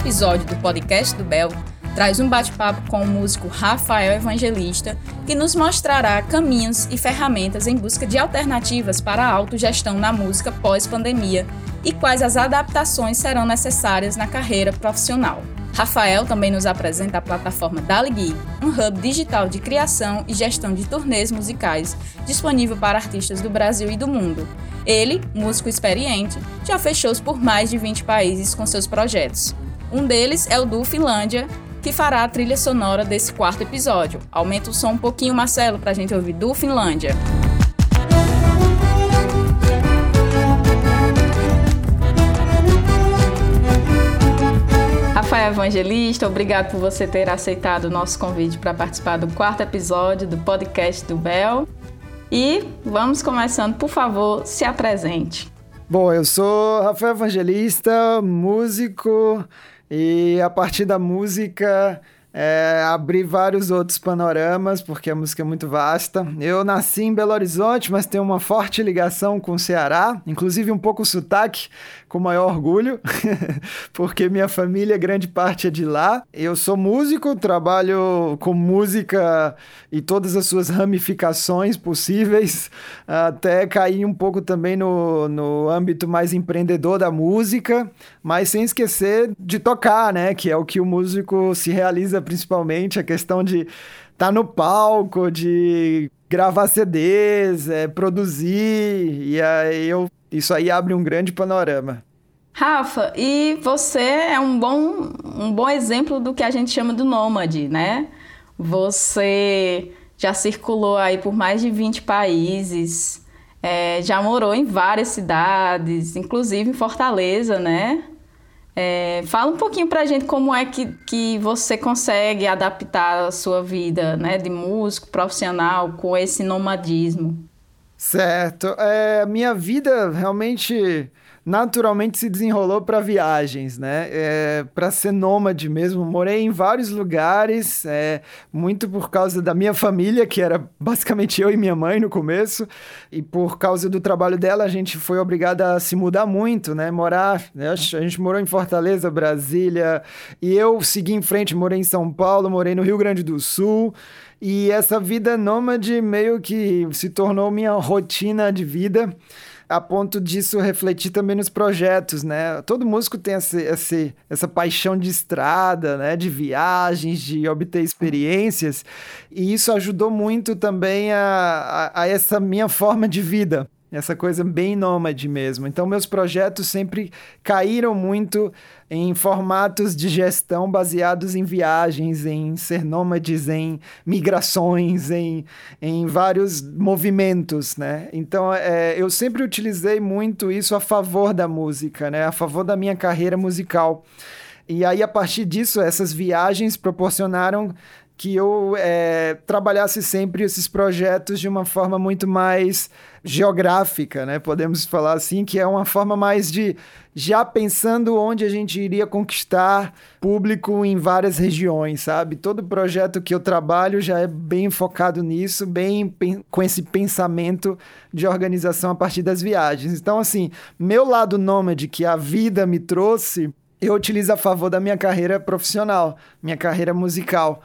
episódio do podcast do Bel traz um bate-papo com o músico Rafael Evangelista, que nos mostrará caminhos e ferramentas em busca de alternativas para a autogestão na música pós-pandemia e quais as adaptações serão necessárias na carreira profissional. Rafael também nos apresenta a plataforma DaliGig, um hub digital de criação e gestão de turnês musicais, disponível para artistas do Brasil e do mundo. Ele, músico experiente, já fez shows por mais de 20 países com seus projetos. Um deles é o do Finlândia, que fará a trilha sonora desse quarto episódio. Aumenta o som um pouquinho, Marcelo, pra gente ouvir do Finlândia. Rafael Evangelista, obrigado por você ter aceitado o nosso convite para participar do quarto episódio do podcast do Bel. E vamos começando, por favor, se apresente. Bom, eu sou Rafael Evangelista, músico, e a partir da música abri vários outros panoramas, porque a música é muito vasta. Eu nasci em Belo Horizonte, mas tenho uma forte ligação com o Ceará, inclusive um pouco sotaque, com maior orgulho, porque minha família, grande parte é de lá. Eu sou músico, trabalho com música e todas as suas ramificações possíveis, até cair um pouco também no âmbito mais empreendedor da música, mas sem esquecer de tocar, né? Que é o que o músico se realiza principalmente, a questão de estar no palco, de gravar CDs, produzir, e aí isso aí abre um grande panorama. Rafa, e você é um bom exemplo do que a gente chama do nômade, né? Você já circulou aí por mais de 20 países, já morou em várias cidades, inclusive em Fortaleza, né? Fala um pouquinho pra gente como é que você consegue adaptar a sua vida, né, de músico profissional com esse nomadismo. Certo. Minha vida realmente naturalmente se desenrolou para viagens, né? Para ser nômade mesmo. Morei em vários lugares, muito por causa da minha família, que era basicamente eu e minha mãe no começo, e por causa do trabalho dela a gente foi obrigada a se mudar muito, né? A gente morou em Fortaleza, Brasília, e eu segui em frente, morei em São Paulo, morei no Rio Grande do Sul, e essa vida nômade meio que se tornou minha rotina de vida, a ponto disso refletir também nos projetos, né? Todo músico tem essa paixão de estrada, né? De viagens, de obter experiências, e isso ajudou muito também a essa minha forma de vida, essa coisa bem nômade mesmo. Então, meus projetos sempre caíram muito em formatos de gestão baseados em viagens, em ser nômades, em migrações, em vários movimentos, né? Então, eu sempre utilizei muito isso a favor da música, né? A favor da minha carreira musical. E aí, a partir disso, essas viagens proporcionaram que eu trabalhasse sempre esses projetos de uma forma muito mais geográfica, né? Podemos falar assim, que é uma forma mais de já pensando onde a gente iria conquistar público em várias regiões, sabe? Todo projeto que eu trabalho já é bem focado nisso, bem com esse pensamento de organização a partir das viagens. Então, assim, meu lado nômade que a vida me trouxe, eu utilizo a favor da minha carreira profissional, minha carreira musical.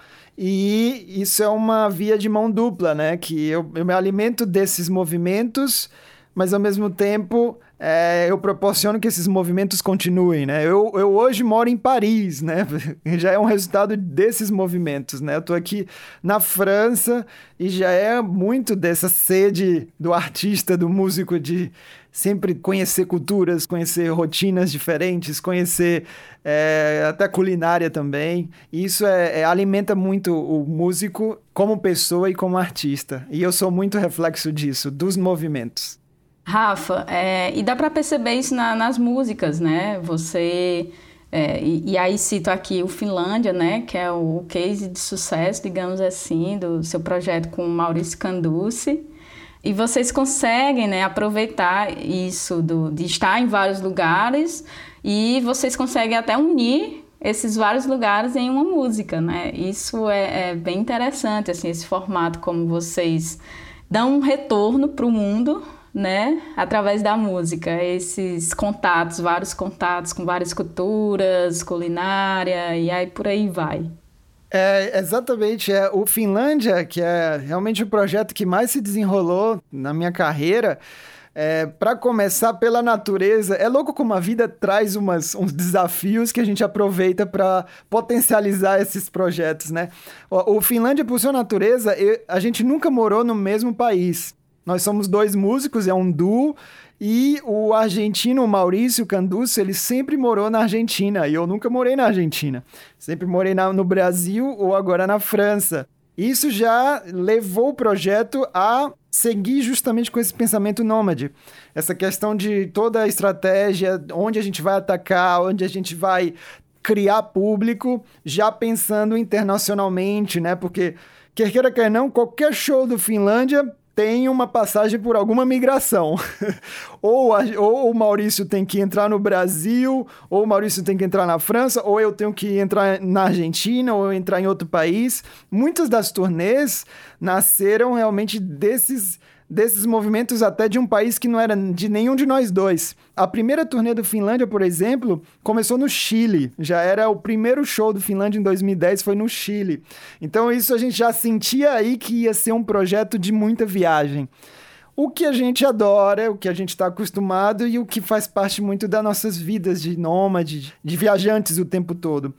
E isso é uma via de mão dupla, né? Que eu me alimento desses movimentos, mas ao mesmo tempo eu proporciono que esses movimentos continuem, né? Eu hoje moro em Paris, né? Já é um resultado desses movimentos, né? Eu tô aqui na França e já é muito dessa sede do artista, do músico, de sempre conhecer culturas, conhecer rotinas diferentes, conhecer até culinária também. E isso alimenta muito o músico como pessoa e como artista. E eu sou muito reflexo disso, dos movimentos. Rafa, e dá para perceber isso nas músicas, né? Você... e aí cito aqui o Finlândia, né? Que é o case de sucesso, digamos assim, do seu projeto com o Maurício Canducci. E vocês conseguem, né, aproveitar isso de estar em vários lugares, e vocês conseguem até unir esses vários lugares em uma música, né? Isso é bem interessante, assim, esse formato, como vocês dão um retorno para o mundo, né, através da música, esses contatos, vários contatos com várias culturas, culinária, e aí por aí vai. Exatamente. O Finlândia, que é realmente o projeto que mais se desenrolou na minha carreira, para começar pela natureza. É louco como a vida traz uns desafios que a gente aproveita para potencializar esses projetos, né? O Finlândia, por sua natureza, a gente nunca morou no mesmo país. Nós somos dois músicos, é um duo, e o argentino, o Maurício Canducci, ele sempre morou na Argentina, e eu nunca morei na Argentina. Sempre morei no Brasil ou agora na França. Isso já levou o projeto a seguir justamente com esse pensamento nômade. Essa questão de toda a estratégia, onde a gente vai atacar, onde a gente vai criar público, já pensando internacionalmente, né? Porque, quer queira, quer não, qualquer show do Finlândia tem uma passagem por alguma migração. ou o Maurício tem que entrar no Brasil, ou o Maurício tem que entrar na França, ou eu tenho que entrar na Argentina, ou entrar em outro país. Muitas das turnês nasceram realmente desses movimentos até de um país que não era de nenhum de nós dois. A primeira turnê do Finlândia, por exemplo, começou no Chile. Já era o primeiro show do Finlândia em 2010, foi no Chile. Então isso a gente já sentia aí que ia ser um projeto de muita viagem. O que a gente adora, o que a gente está acostumado e o que faz parte muito das nossas vidas de nômade, de viajantes o tempo todo.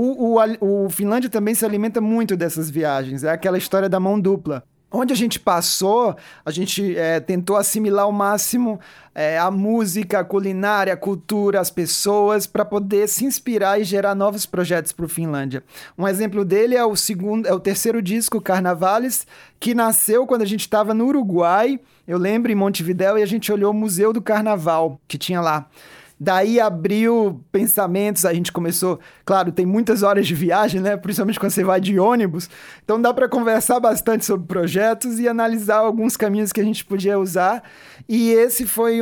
O Finlândia também se alimenta muito dessas viagens. É aquela história da mão dupla. Onde a gente passou, a gente tentou assimilar ao máximo a música, a culinária, a cultura, as pessoas, para poder se inspirar e gerar novos projetos para o Finlândia. Um exemplo dele é o terceiro disco, Carnavales, que nasceu quando a gente estava no Uruguai, eu lembro, em Montevidéu, e a gente olhou o Museu do Carnaval, que tinha lá. Daí abriu pensamentos, a gente começou... Claro, tem muitas horas de viagem, né? Principalmente quando você vai de ônibus. Então dá para conversar bastante sobre projetos e analisar alguns caminhos que a gente podia usar. E esse foi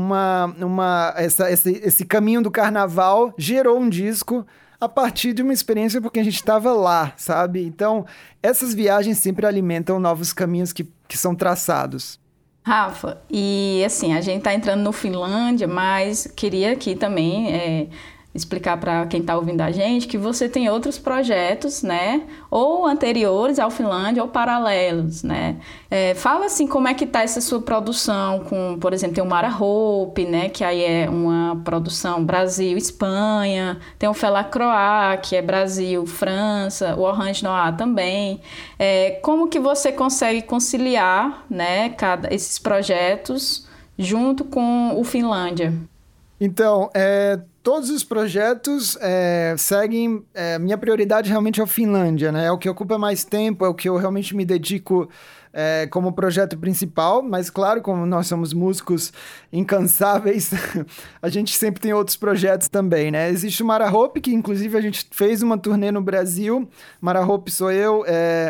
esse caminho do carnaval gerou um disco a partir de uma experiência porque a gente estava lá, sabe? Então, essas viagens sempre alimentam novos caminhos que são traçados. Rafa, e assim, a gente está entrando no Finlândia, mas queria aqui também explicar para quem está ouvindo a gente que você tem outros projetos, né? Ou anteriores ao Finlândia ou paralelos, né? Fala assim, como é que está essa sua produção com, por exemplo, tem o Mara Hope, né? Que aí é uma produção Brasil-Espanha, tem o Fela Croix, que é Brasil-França, o Orange Noir também. Como que você consegue conciliar, né, esses projetos junto com o Finlândia? Então, todos os projetos seguem... minha prioridade realmente é o Finlândia, né? É o que ocupa mais tempo, é o que eu realmente me dedico como projeto principal. Mas, claro, como nós somos músicos incansáveis, a gente sempre tem outros projetos também, né? Existe o Mara Hope, que inclusive a gente fez uma turnê no Brasil. Mara Hope sou eu...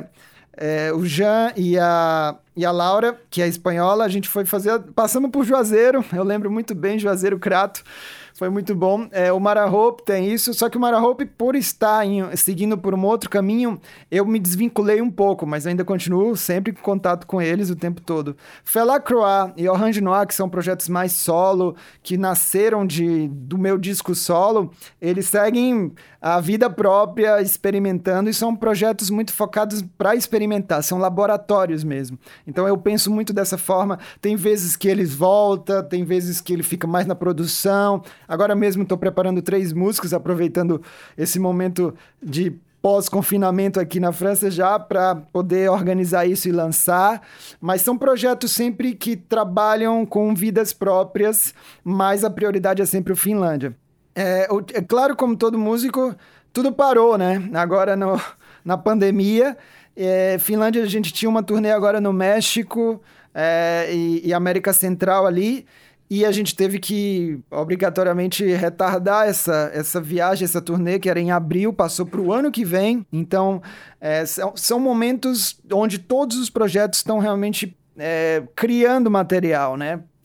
o Jean e a Laura, que é espanhola, a gente foi fazer... Passamos por Juazeiro, eu lembro muito bem, Juazeiro Crato, foi muito bom. O Mara Hope tem isso, só que o Mara Hope, por estar seguindo por um outro caminho, eu me desvinculei um pouco, mas ainda continuo sempre em contato com eles o tempo todo. Fela Croix e Orange Noir, que são projetos mais solo, que nasceram do meu disco solo, eles seguem a vida própria, experimentando, e são projetos muito focados para experimentar, são laboratórios mesmo. Então eu penso muito dessa forma, tem vezes que eles voltam, tem vezes que ele fica mais na produção. Agora mesmo estou preparando 3 músicas, aproveitando esse momento de pós-confinamento aqui na França já para poder organizar isso e lançar. Mas são projetos sempre que trabalham com vidas próprias, mas a prioridade é sempre o Finlândia. É claro, como todo músico, tudo parou, né? Agora na pandemia, Finlândia, a gente tinha uma turnê agora no México e América Central ali, e a gente teve que, obrigatoriamente, retardar essa viagem, essa turnê, que era em abril, passou para o ano que vem. Então, são momentos onde todos os projetos estão realmente criando material, né?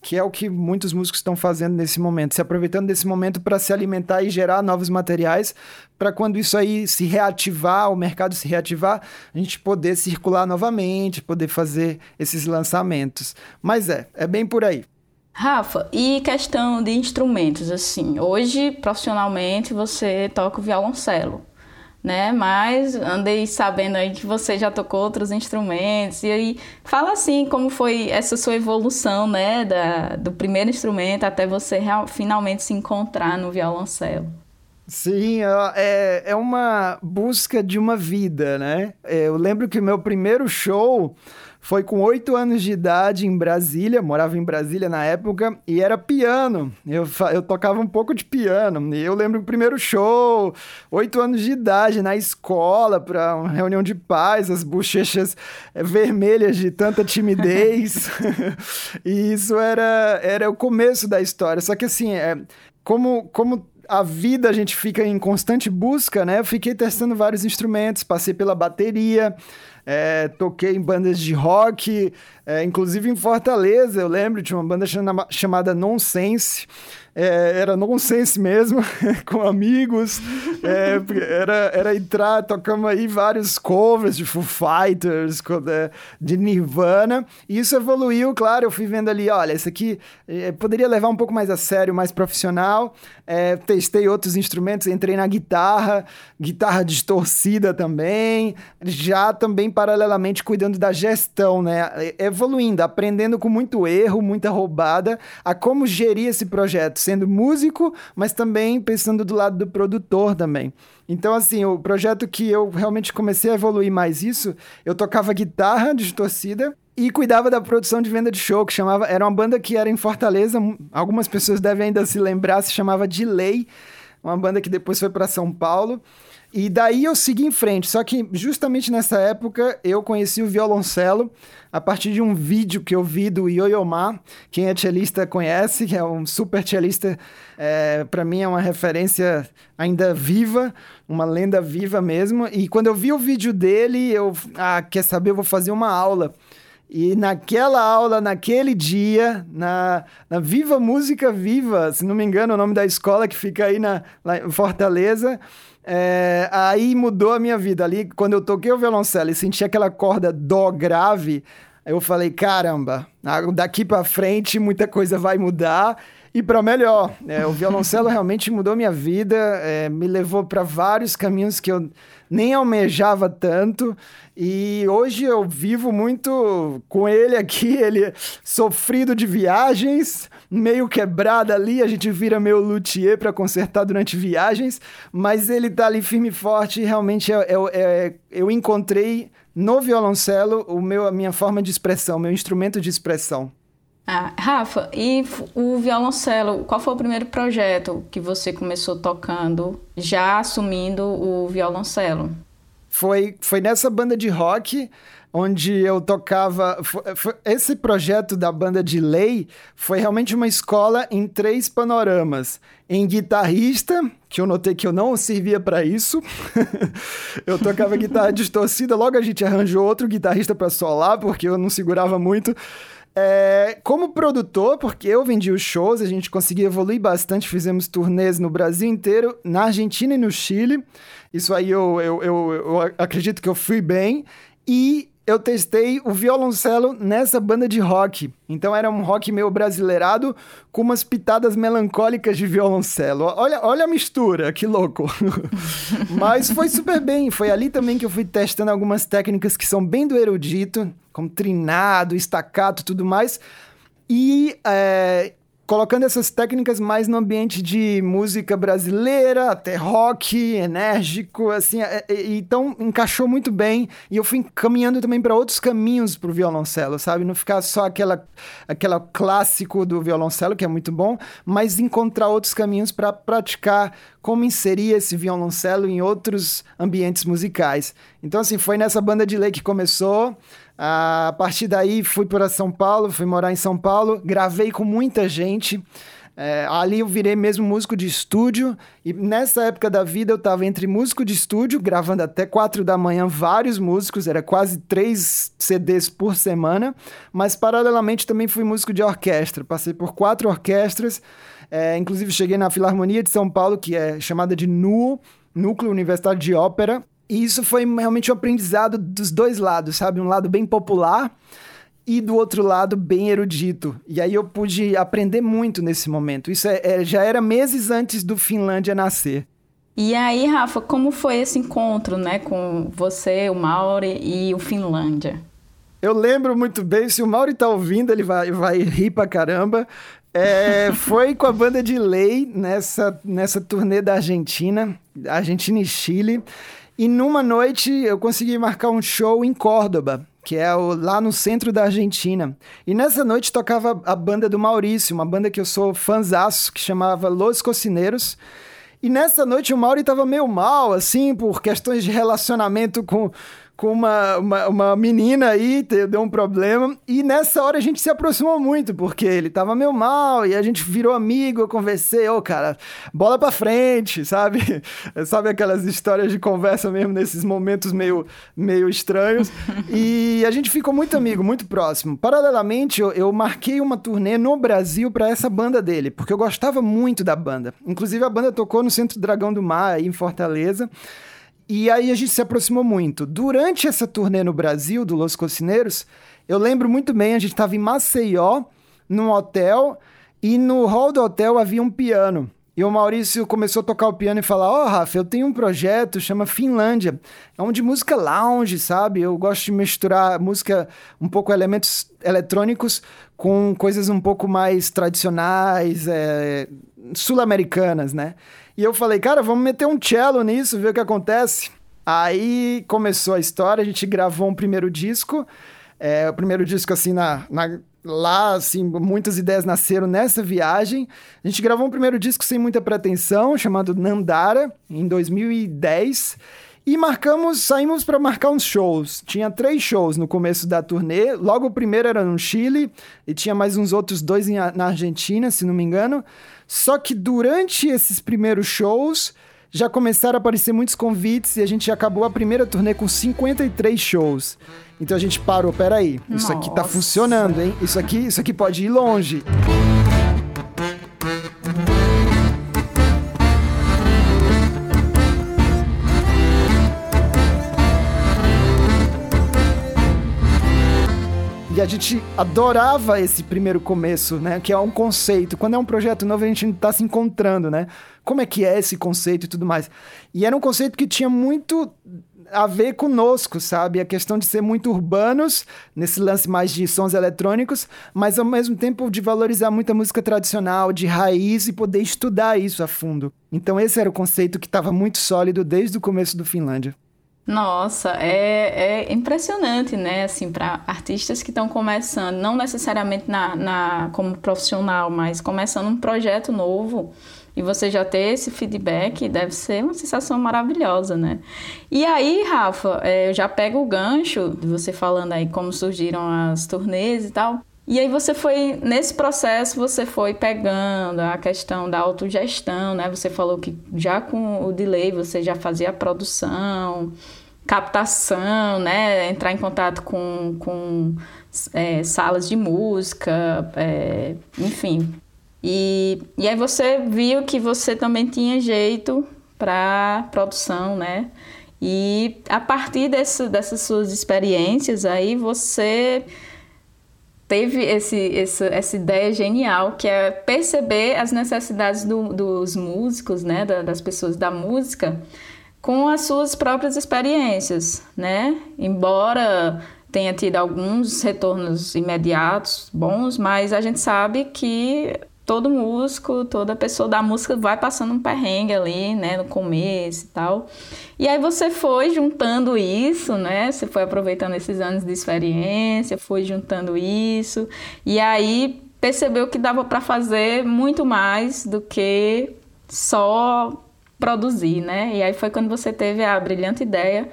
que é o que muitos músicos estão fazendo nesse momento, se aproveitando desse momento para se alimentar e gerar novos materiais, para quando isso aí se reativar, o mercado se reativar, a gente poder circular novamente, poder fazer esses lançamentos. Mas é bem por aí. Rafa, e questão de instrumentos, assim, hoje, profissionalmente, você toca o violoncelo, né? Mas andei sabendo aí que você já tocou outros instrumentos, e aí fala assim, como foi essa sua evolução, né, do primeiro instrumento até você finalmente se encontrar no violoncelo. Sim, é uma busca de uma vida, né? Eu lembro que o meu primeiro show foi com 8 anos de idade em Brasília, morava em Brasília na época, e era piano. Eu tocava um pouco de piano. E eu lembro do primeiro show, 8 anos de idade, na escola, para uma reunião de pais, as bochechas vermelhas de tanta timidez. E isso era o começo da história. Só que assim, como a vida a gente fica em constante busca, né? Eu fiquei testando vários instrumentos, passei pela bateria, toquei em bandas de rock, inclusive em Fortaleza, eu lembro, tinha uma banda chamada Nonsense, era nonsense mesmo, com amigos, era entrar, tocamos aí vários covers de Foo Fighters, de Nirvana, e isso evoluiu, claro, eu fui vendo ali, olha, isso aqui poderia levar um pouco mais a sério, mais profissional, testei outros instrumentos, entrei na guitarra distorcida também, já também paralelamente cuidando da gestão, né, evoluindo, aprendendo com muito erro, muita roubada, a como gerir esse projeto, sendo músico, mas também pensando do lado do produtor também. Então, assim, o projeto que eu realmente comecei a evoluir mais isso, eu tocava guitarra distorcida e cuidava da produção de venda de show, era uma banda que era em Fortaleza, algumas pessoas devem ainda se lembrar, se chamava Delay, uma banda que depois foi para São Paulo. E daí eu segui em frente, só que justamente nessa época eu conheci o violoncelo a partir de um vídeo que eu vi do Yo-Yo Ma. Quem é cellista conhece, que é um super cellista, para mim é uma referência ainda viva, uma lenda viva mesmo. E quando eu vi o vídeo dele, quer saber, eu vou fazer uma aula. E naquela aula, naquele dia, na Viva Música Viva, se não me engano, o nome da escola que fica aí lá em Fortaleza, aí mudou a minha vida. Ali, quando eu toquei o violoncelo e senti aquela corda dó grave, eu falei, caramba, daqui pra frente muita coisa vai mudar e para melhor. O violoncelo realmente mudou minha vida, me levou para vários caminhos que eu nem almejava tanto, e hoje eu vivo muito com ele aqui, ele sofrido de viagens, meio quebrado ali, a gente vira meio luthier para consertar durante viagens, mas ele tá ali firme e forte, e realmente eu encontrei no violoncelo a minha forma de expressão, meu instrumento de expressão. Rafa, e o violoncelo, qual foi o primeiro projeto que você começou tocando, já assumindo o violoncelo? Foi nessa banda de rock, onde eu tocava... Esse projeto da banda de Lei foi realmente uma escola em 3 panoramas. Em guitarrista, que eu notei que eu não servia para isso. Eu tocava guitarra distorcida, logo a gente arranjou outro guitarrista para solar, porque eu não segurava muito. Como produtor, porque eu vendi os shows, a gente conseguia evoluir bastante, fizemos turnês no Brasil inteiro, na Argentina e no Chile, isso aí eu acredito que eu fui bem, e eu testei o violoncelo nessa banda de rock, então era um rock meio brasileirado, com umas pitadas melancólicas de violoncelo, olha a mistura, que louco, mas foi super bem, foi ali também que eu fui testando algumas técnicas que são bem do erudito, como trinado, staccato, tudo mais, e colocando essas técnicas mais no ambiente de música brasileira, até rock, enérgico, assim, então encaixou muito bem, e eu fui caminhando também para outros caminhos pro violoncelo, sabe? Não ficar só aquela clássico do violoncelo, que é muito bom, mas encontrar outros caminhos para praticar como inserir esse violoncelo em outros ambientes musicais. Então, assim, foi nessa banda de Lei que começou. A partir daí fui para São Paulo, fui morar em São Paulo, gravei com muita gente, Ali eu virei mesmo músico de estúdio, e nessa época da vida eu estava entre músico de estúdio, gravando até 4 da manhã vários músicos, era quase 3 CDs por semana, mas paralelamente também fui músico de orquestra, passei por 4 orquestras, inclusive cheguei na Filarmonia de São Paulo, que é chamada de NUO, Núcleo Universitário de Ópera, e isso foi realmente um aprendizado dos dois lados, sabe? Um lado bem popular e do outro lado bem erudito. E aí eu pude aprender muito nesse momento. Isso já era meses antes do Finlândia nascer. E aí, Rafa, como foi esse encontro, né, com você, o Mauri e o Finlândia? Eu lembro muito bem, se o Mauri tá ouvindo, ele vai rir pra caramba. Foi com a banda de Lei nessa turnê da Argentina e Chile. E numa noite eu consegui marcar um show em Córdoba, que é lá no centro da Argentina. E nessa noite tocava a banda do Maurício, uma banda que eu sou fãzaço, que chamava Los Cocineiros. E nessa noite o Mauri tava meio mal, assim, por questões de relacionamento com uma menina aí, deu um problema. E nessa hora a gente se aproximou muito, porque ele tava meio mal, e a gente virou amigo, eu conversei, cara, bola pra frente, sabe? Sabe aquelas histórias de conversa mesmo, nesses momentos meio estranhos. E a gente ficou muito amigo, muito próximo. Paralelamente, eu marquei uma turnê no Brasil pra essa banda dele, porque eu gostava muito da banda. Inclusive, a banda tocou no Centro Dragão do Mar, aí em Fortaleza. E aí a gente se aproximou muito. Durante essa turnê no Brasil, do Los Cocineiros, eu lembro muito bem, a gente estava em Maceió, num hotel, e no hall do hotel havia um piano. E o Maurício começou a tocar o piano e falar, Rafa, eu tenho um projeto, chama Finlândia. É um de música lounge, sabe? Eu gosto de misturar música, um pouco elementos eletrônicos, com coisas um pouco mais tradicionais, sul-americanas, né? E eu falei, cara, vamos meter um cello nisso, ver o que acontece. Aí começou a história, a gente gravou um primeiro disco. O primeiro disco, assim, lá, assim, muitas ideias nasceram nessa viagem. A gente gravou um primeiro disco sem muita pretensão, chamado Nandara, em 2010. E saímos para marcar uns shows. Tinha 3 shows no começo da turnê. Logo o primeiro era no Chile, e tinha mais uns outros 2 na Argentina, se não me engano. Só que durante esses primeiros shows, já começaram a aparecer muitos convites e a gente acabou a primeira turnê com 53 shows. Então a gente parou, peraí, isso aqui tá funcionando, hein? Isso aqui pode ir longe. E a gente adorava esse primeiro começo, né? Que é um conceito. Quando é um projeto novo, a gente não tá se encontrando, né? Como é que é esse conceito e tudo mais. E era um conceito que tinha muito a ver conosco, sabe? A questão de ser muito urbanos, nesse lance mais de sons eletrônicos, mas ao mesmo tempo de valorizar muita música tradicional, de raiz, e poder estudar isso a fundo. Então esse era o conceito que estava muito sólido desde o começo do Finlândia. Nossa, é impressionante, né, assim, para artistas que estão começando, não necessariamente como profissional, mas começando um projeto novo, e você já ter esse feedback, deve ser uma sensação maravilhosa, né? E aí, Rafa, eu já pego o gancho de você falando aí como surgiram as turnês e tal. E aí nesse processo, você foi pegando a questão da autogestão, né? Você falou que já com o Delay você já fazia a produção, captação, né? Entrar em contato com salas de música, enfim. E aí você viu que você também tinha jeito para produção, né? E a partir dessas suas experiências aí, você teve essa ideia genial, que é perceber as necessidades dos músicos, né, das pessoas da música, com as suas próprias experiências, né? Embora tenha tido alguns retornos imediatos bons, mas a gente sabe que todo músico, toda pessoa da música vai passando um perrengue ali, né, no começo e tal. E aí você foi juntando isso, né, você foi aproveitando esses anos de experiência, foi juntando isso, e aí percebeu que dava para fazer muito mais do que só produzir, né? E aí foi quando você teve a brilhante ideia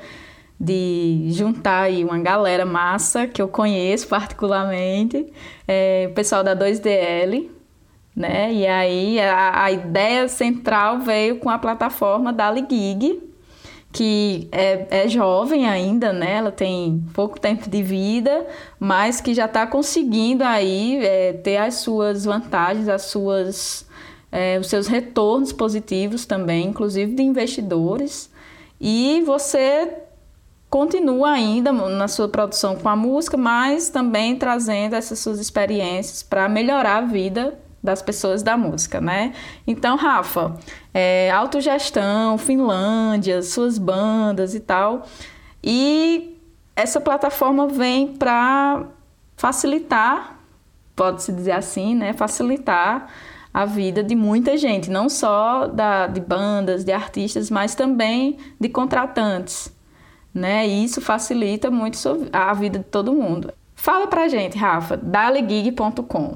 de juntar aí uma galera massa, que eu conheço particularmente, o pessoal da 2DL, né? E aí a ideia central veio com a plataforma Dali Gig, que é jovem ainda, né? Ela tem pouco tempo de vida, mas que já está conseguindo aí ter as suas vantagens, os seus retornos positivos também, inclusive de investidores. E você continua ainda na sua produção com a música, mas também trazendo essas suas experiências para melhorar a vida das pessoas da música, né? Então, Rafa, autogestão, Finlândia, suas bandas e tal. E essa plataforma vem para facilitar, pode-se dizer assim, né? Facilitar a vida de muita gente, não só de bandas, de artistas, mas também de contratantes, né? E isso facilita muito a vida de todo mundo. Fala pra gente, Rafa, daligig.com.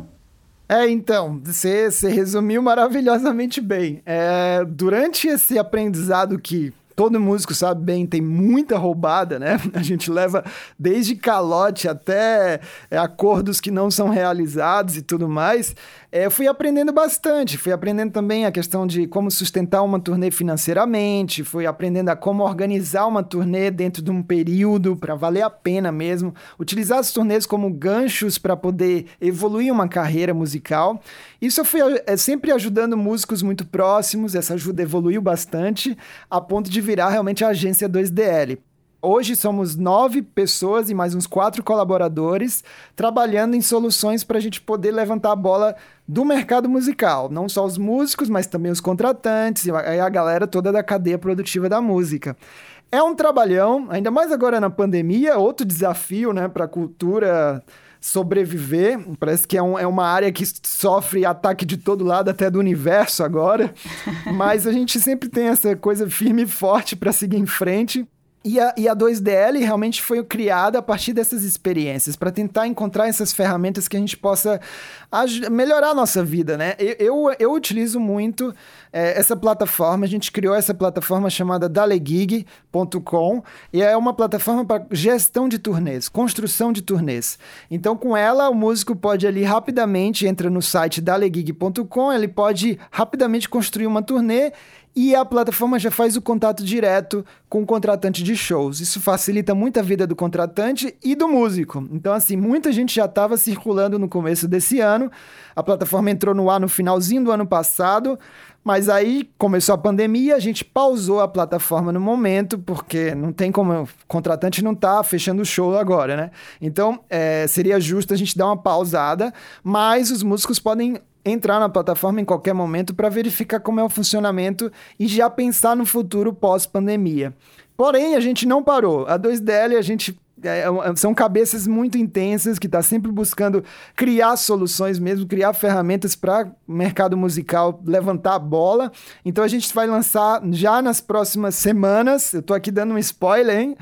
Então, você resumiu maravilhosamente bem. Durante esse aprendizado que todo músico sabe bem, tem muita roubada, né? A gente leva desde calote até acordos que não são realizados e tudo mais. Fui aprendendo bastante, fui aprendendo também a questão de como sustentar uma turnê financeiramente, fui aprendendo a como organizar uma turnê dentro de um período para valer a pena mesmo, utilizar as turnês como ganchos para poder evoluir uma carreira musical. Isso eu fui sempre ajudando músicos muito próximos, essa ajuda evoluiu bastante, a ponto de virar realmente a agência 2DL. Hoje somos 9 pessoas e mais uns 4 colaboradores trabalhando em soluções para a gente poder levantar a bola do mercado musical. Não só os músicos, mas também os contratantes e a galera toda da cadeia produtiva da música. É um trabalhão, ainda mais agora na pandemia, outro desafio, né, para a cultura sobreviver. Parece que é uma área que sofre ataque de todo lado, até do universo agora. Mas a gente sempre tem essa coisa firme e forte para seguir em frente. E a 2DL realmente foi criada a partir dessas experiências, para tentar encontrar essas ferramentas que a gente possa melhorar a nossa vida, né? Eu utilizo muito essa plataforma, a gente criou essa plataforma chamada daligig.com, e é uma plataforma para gestão de turnês, construção de turnês. Então, com ela, o músico pode ali rapidamente, entra no site daligig.com, ele pode rapidamente construir uma turnê, e a plataforma já faz o contato direto com o contratante de shows. Isso facilita muito a vida do contratante e do músico. Então, assim, muita gente já estava circulando no começo desse ano. A plataforma entrou no ar no finalzinho do ano passado, mas aí começou a pandemia, a gente pausou a plataforma no momento, porque não tem como, o contratante não está fechando o show agora, né? Então, seria justo a gente dar uma pausada, mas os músicos podem entrar na plataforma em qualquer momento para verificar como é o funcionamento e já pensar no futuro pós-pandemia. Porém, a gente não parou. A 2DL, a gente são cabeças muito intensas que estão sempre buscando criar soluções mesmo, criar ferramentas para o mercado musical levantar a bola. Então a gente vai lançar já nas próximas semanas, eu estou aqui dando um spoiler, hein?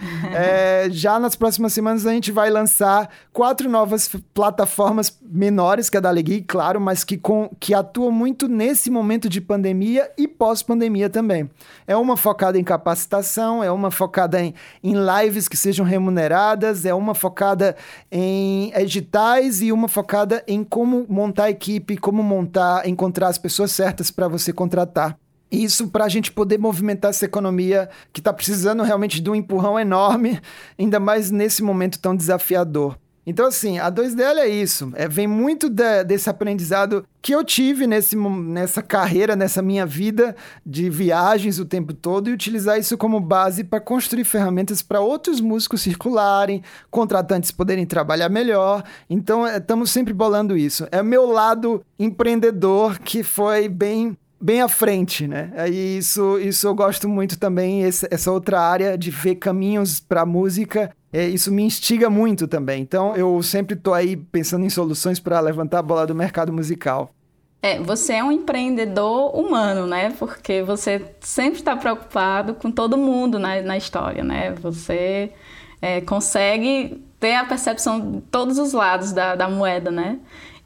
Já nas próximas semanas a gente vai lançar 4 novas plataformas menores que a Daligig, claro, mas que atuam muito nesse momento de pandemia e pós-pandemia também. É uma focada em capacitação, é uma focada em lives que sejam remuneradas, é uma focada em editais e uma focada em como montar a equipe, como encontrar as pessoas certas para você contratar. Isso para a gente poder movimentar essa economia que está precisando realmente de um empurrão enorme, ainda mais nesse momento tão desafiador. Então, assim, a 2DL é isso. Vem muito desse aprendizado que eu tive nessa carreira, nessa minha vida de viagens o tempo todo, e utilizar isso como base para construir ferramentas para outros músicos circularem, contratantes poderem trabalhar melhor. Então, estamos sempre bolando isso. É o meu lado empreendedor que foi bem à frente, né? Isso eu gosto muito também, essa outra área de ver caminhos para a música. Isso me instiga muito também. Então, eu sempre estou aí pensando em soluções para levantar a bola do mercado musical. Você é um empreendedor humano, né? Porque você sempre está preocupado com todo mundo na história, né? Você consegue ter a percepção de todos os lados da moeda, né?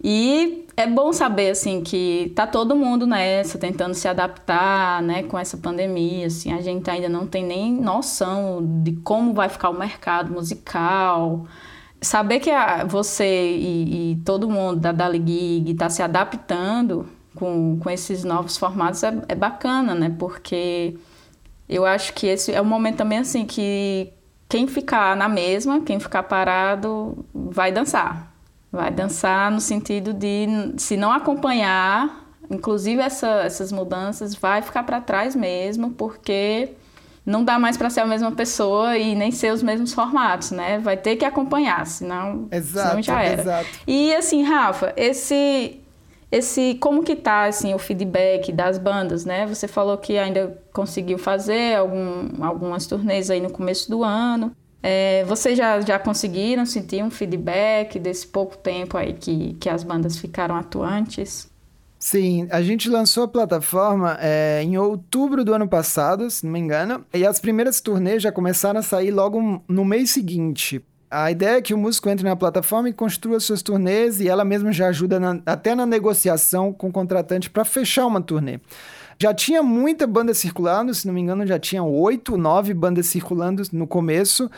E é bom saber, assim, que tá todo mundo nessa, tentando se adaptar, né, com essa pandemia, assim, a gente ainda não tem nem noção de como vai ficar o mercado musical. Saber que você e todo mundo da Daligig tá se adaptando com esses novos formatos é bacana, né? Porque eu acho que esse é um momento também assim que quem ficar na mesma, quem ficar parado, vai dançar. Vai dançar no sentido de, se não acompanhar, inclusive essas mudanças, vai ficar para trás mesmo, porque não dá mais para ser a mesma pessoa e nem ser os mesmos formatos, né? Vai ter que acompanhar, senão já era. Exato. E assim, Rafa, como que tá assim, o feedback das bandas, né? Você falou que ainda conseguiu fazer algumas turnês aí no começo do ano. Vocês já conseguiram sentir um feedback desse pouco tempo aí que as bandas ficaram atuantes? Sim, a gente lançou a plataforma em outubro do ano passado, se não me engano, e as primeiras turnês já começaram a sair logo no mês seguinte. A ideia é que o músico entre na plataforma e construa suas turnês, e ela mesma já ajuda até na negociação com o contratante para fechar uma turnê. Já tinha muita banda circulando, se não me engano, já tinha 8, 9 bandas circulando no começo.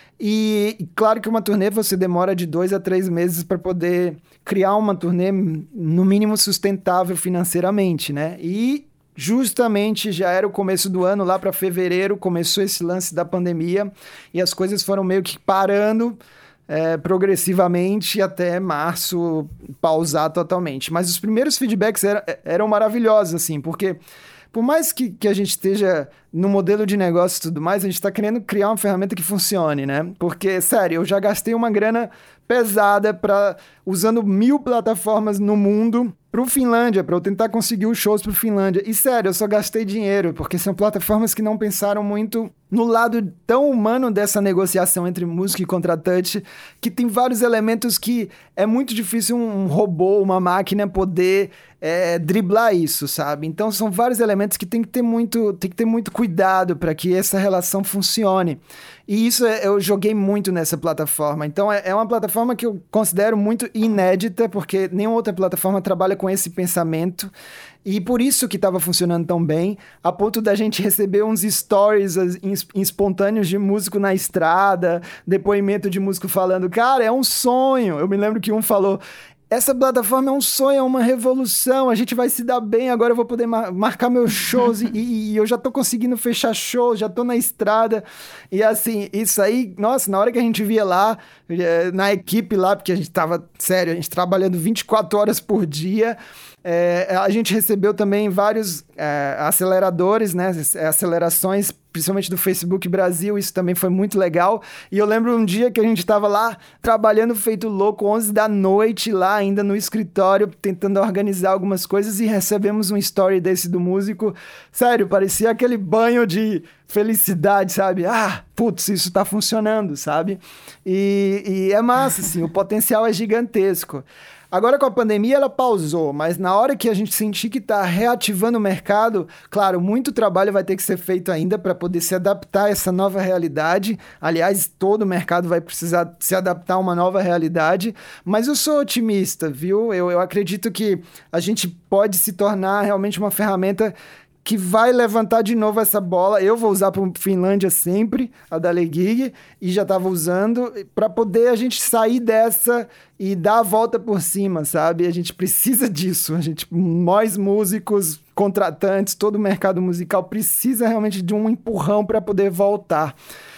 E claro que uma turnê você demora de 2 a 3 meses para poder criar uma turnê no mínimo sustentável financeiramente, né? E justamente já era o começo do ano, lá para fevereiro, começou esse lance da pandemia e as coisas foram meio que parando progressivamente até março pausar totalmente. Mas os primeiros feedbacks eram maravilhosos, assim, porque por mais que a gente esteja no modelo de negócio e tudo mais, a gente está querendo criar uma ferramenta que funcione, né? Porque, sério, eu já gastei uma grana pesada usando 1000 plataformas no mundo pro Finlândia, para eu tentar conseguir os shows pro Finlândia. E, sério, eu só gastei dinheiro, porque são plataformas que não pensaram muito no lado tão humano dessa negociação entre músico e contratante, que tem vários elementos que é muito difícil um robô, uma máquina poder driblar isso, sabe? Então, são vários elementos que tem que ter muito cuidado para que essa relação funcione. E isso eu joguei muito nessa plataforma. Então, é uma plataforma que eu considero muito inédita, porque nenhuma outra plataforma trabalha com esse pensamento. E por isso que estava funcionando tão bem, a ponto da gente receber uns stories espontâneos de músico na estrada, depoimento de músico falando, cara, é um sonho. Eu me lembro que um falou, essa plataforma é um sonho, é uma revolução, a gente vai se dar bem, agora eu vou poder marcar meus shows e eu já tô conseguindo fechar shows, já tô na estrada. E assim, isso aí, nossa, na hora que a gente via lá, na equipe lá, porque a gente tava, sério, a gente trabalhando 24 horas por dia, a gente recebeu também vários aceleradores, né, acelerações, principalmente do Facebook Brasil, isso também foi muito legal. E eu lembro um dia que a gente estava lá trabalhando feito louco, 11 da noite, lá ainda no escritório, tentando organizar algumas coisas e recebemos um story desse do músico. Sério, parecia aquele banho de felicidade, sabe? Putz, isso tá funcionando, sabe? E é massa, assim, o potencial é gigantesco. Agora com a pandemia ela pausou, mas na hora que a gente sentir que está reativando o mercado, claro, muito trabalho vai ter que ser feito ainda para poder se adaptar a essa nova realidade. Aliás, todo o mercado vai precisar se adaptar a uma nova realidade, mas eu sou otimista, viu? Eu acredito que a gente pode se tornar realmente uma ferramenta que vai levantar de novo essa bola. Eu vou usar para o Finlândia sempre, a da Legig, e já estava usando, para poder a gente sair dessa e dar a volta por cima, sabe? A gente precisa disso. Nós músicos, contratantes, todo o mercado musical precisa realmente de um empurrão para poder voltar.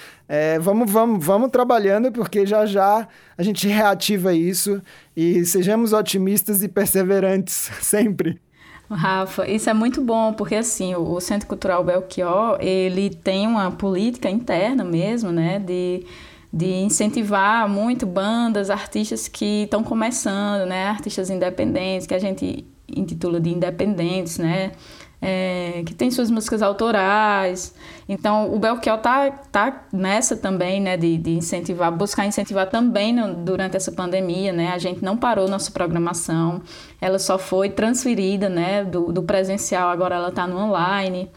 Vamos trabalhando, porque já a gente reativa isso e sejamos otimistas e perseverantes sempre. Rafa, isso é muito bom, porque assim, o Centro Cultural Belchior, ele tem uma política interna mesmo, né, de incentivar muito bandas, artistas que estão começando, né, artistas independentes, que a gente intitula de independentes, né, que tem suas músicas autorais. Então, o Belchior tá nessa também, né, de incentivar, buscar incentivar também durante essa pandemia, né, a gente não parou nossa programação, ela só foi transferida, né, do presencial, agora ela está no online.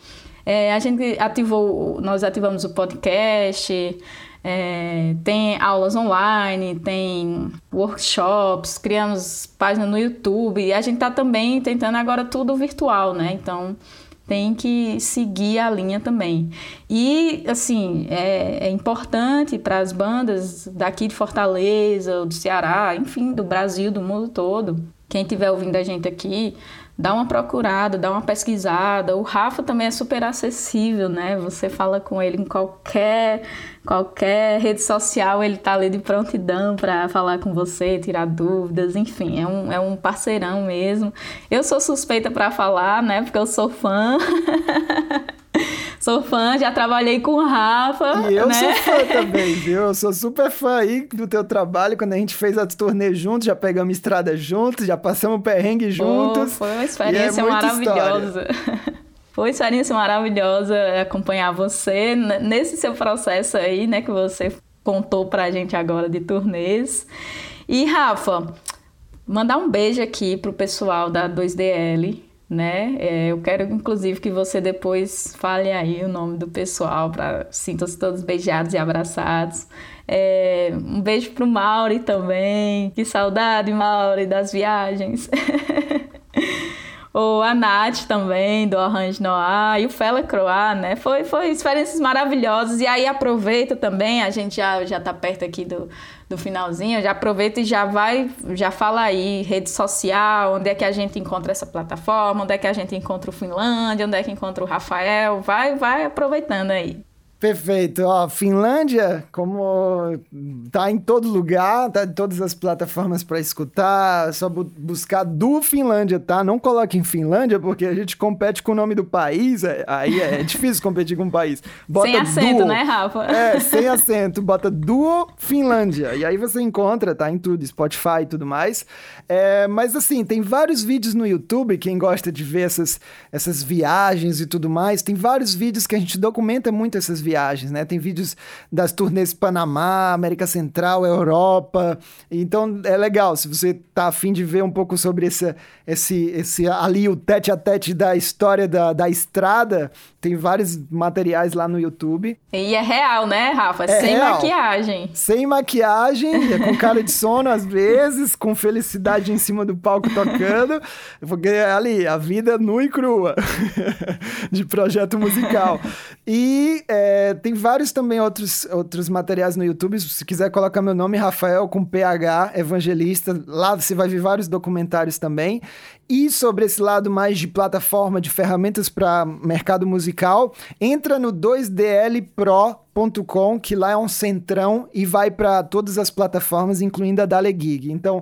Nós ativamos o podcast, tem aulas online, tem workshops, criamos página no YouTube e a gente está também tentando agora tudo virtual, né? Então tem que seguir a linha também. E, assim, é importante para as bandas daqui de Fortaleza, do Ceará, enfim, do Brasil, do mundo todo. Quem estiver ouvindo a gente aqui dá uma procurada, dá uma pesquisada. O Rafa também é super acessível, né? Você fala com ele em qualquer rede social, ele tá ali de prontidão para falar com você, tirar dúvidas, enfim, é um parceirão mesmo. Eu sou suspeita para falar, né? Porque eu sou fã. Sou fã, já trabalhei com o Rafa. E eu, né? sou fã também, viu? Eu sou super fã aí do teu trabalho. Quando a gente fez as turnês juntos, já pegamos estrada juntos, já passamos perrengue juntos. Foi uma experiência maravilhosa. Foi uma experiência maravilhosa acompanhar você nesse seu processo aí, né? Que você contou pra gente agora de turnês. E, Rafa, mandar um beijo aqui pro pessoal da 2DL, né? Eu quero, inclusive, que você depois fale aí o nome do pessoal, para sintam-se todos beijados e abraçados. Um beijo pro Mauri também. Que saudade, Mauri, das viagens. A Nath também, do Orange Noir, e o Fela Croix, né? Foi experiências maravilhosas. E aí aproveita também, a gente já tá perto aqui do finalzinho, já aproveita e já fala aí, rede social, onde é que a gente encontra essa plataforma, onde é que a gente encontra o Finlândia, onde é que encontra o Rafael, vai aproveitando aí. Perfeito. Finlândia, como tá em todo lugar, tá em todas as plataformas para escutar, é só buscar do Finlândia, tá? Não coloque em Finlândia, porque a gente compete com o nome do país, aí é difícil competir com o país. Bota sem acento, duo, né, Rafa? Sem acento, bota Duo Finlândia, e aí você encontra, tá em tudo, Spotify e tudo mais. Mas assim, tem vários vídeos no YouTube, quem gosta de ver essas viagens e tudo mais, tem vários vídeos que a gente documenta muito essas viagens, né? Tem vídeos das turnês Panamá, América Central, Europa. Então é legal, se você tá a fim de ver um pouco sobre esse ali o tete-a-tete da história da estrada, tem vários materiais lá no YouTube. E é real, né, Rafa? Sem real. Maquiagem. Sem maquiagem, com cara de sono às vezes, com felicidade em cima do palco tocando, porque ali, a vida nua e crua de projeto musical. E tem vários também outros materiais no YouTube. Se quiser colocar meu nome, Rafael com PH, Evangelista. Lá você vai ver vários documentários também. E sobre esse lado mais de plataforma, de ferramentas para mercado musical, entra no 2dlpro.com, que lá é um centrão e vai para todas as plataformas, incluindo a Dale Gig. Então,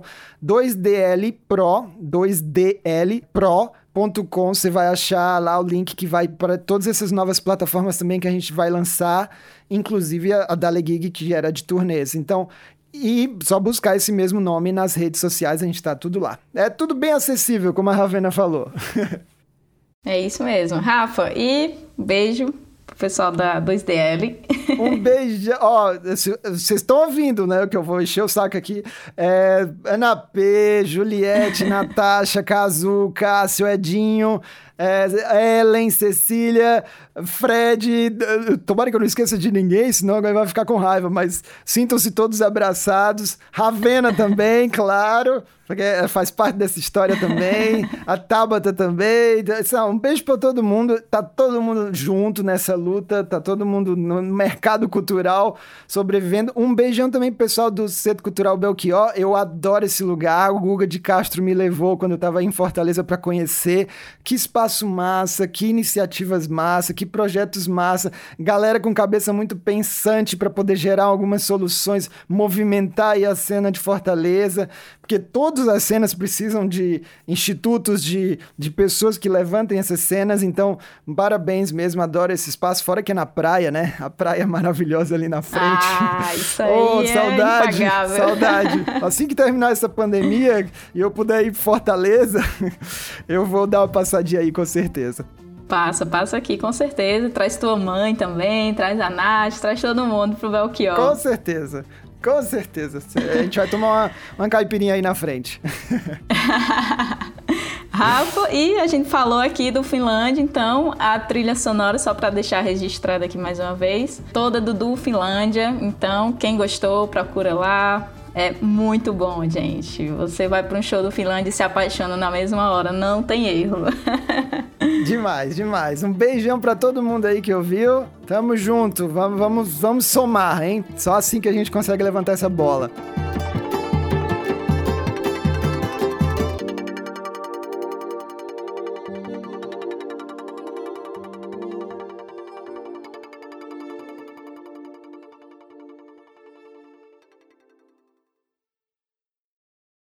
2dlpro.com, você vai achar lá o link que vai para todas essas novas plataformas também que a gente vai lançar, inclusive a Dale Gig, que era de turnês. Então, e só buscar esse mesmo nome nas redes sociais, a gente tá tudo lá. É tudo bem acessível, como a Ravena falou. É isso mesmo. Rafa, e beijo pro pessoal da 2DL. Um beijo. Vocês estão ouvindo, né? Que eu vou encher o saco aqui. Ana P, Juliette, Natasha, Cazu, Cássio, Edinho, Ellen, Cecília, Fred. Tomara que eu não esqueça de ninguém, senão alguém vai ficar com raiva, mas sintam-se todos abraçados. Ravena também, claro, porque faz parte dessa história também. A Tabata também. Um beijo pra todo mundo. Tá todo mundo junto nessa luta, tá todo mundo no mercado cultural sobrevivendo. Um beijão também pro pessoal do Centro Cultural Belchior. Eu adoro esse lugar. O Guga de Castro me levou quando eu tava em Fortaleza para conhecer. Que espaço massa, que iniciativas massa, que projetos massa. Galera com cabeça muito pensante para poder gerar algumas soluções, movimentar aí a cena de Fortaleza, porque todas as cenas precisam de institutos, de pessoas que levantem essas cenas. Então, parabéns mesmo, adoro esse espaço, fora que é na praia, né? A praia é maravilhosa ali na frente. Isso aí saudade, impagável. saudade. Assim que terminar essa pandemia e eu puder ir para Fortaleza, eu vou dar uma passadinha aí, com certeza. Passa aqui, com certeza. Traz tua mãe também, traz a Nath, traz todo mundo pro Belchior. Com certeza. A gente vai tomar uma caipirinha aí na frente. Rafa, e a gente falou aqui do Finlândia, então a trilha sonora, só para deixar registrada aqui mais uma vez, toda do Finlândia. Então, quem gostou, procura lá. É muito bom, gente. Você vai para um show do Finlândia e se apaixona na mesma hora, não tem erro. Demais. Um beijão pra todo mundo aí que ouviu. Tamo junto, vamos somar, hein? Só assim que a gente consegue levantar essa bola. Tchau.